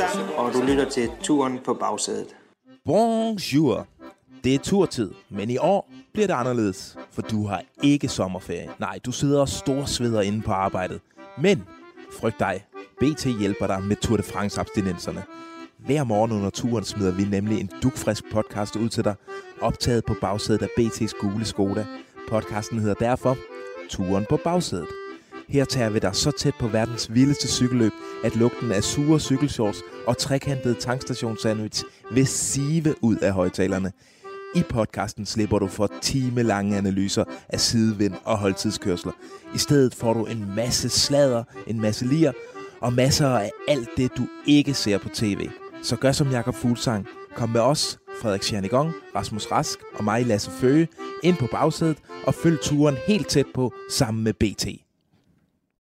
og du lytter til Turen på bagsædet. Bonjour. Det er turtid, men i år bliver det anderledes, for du har ikke sommerferie. Nej, du sidder og storsveder inde på arbejdet. Men frygt dig, BT hjælper dig med Tour de France-abstinenserne. Hver morgen under turen smider vi nemlig en dugfrisk podcast ud til dig, optaget på bagsædet af BT's gule Skoda. Podcasten hedder derfor Turen på bagsædet. Her tager vi dig så tæt på verdens vildeste cykelløb, at lugten af sure cykelshorts og trekantede tankstationssandwich vil sive ud af højtalerne. I podcasten slipper du for timelange analyser af sidevind og holdtidskørsler. I stedet får du en masse sladder, en masse lir og masser af alt det, du ikke ser på tv. Så gør som Jakob Fuglsang. Kom med os, Frederik Tjernigong, Rasmus Rask og mig, Lasse Føge, ind på bagsædet og følg turen helt tæt på sammen med BT.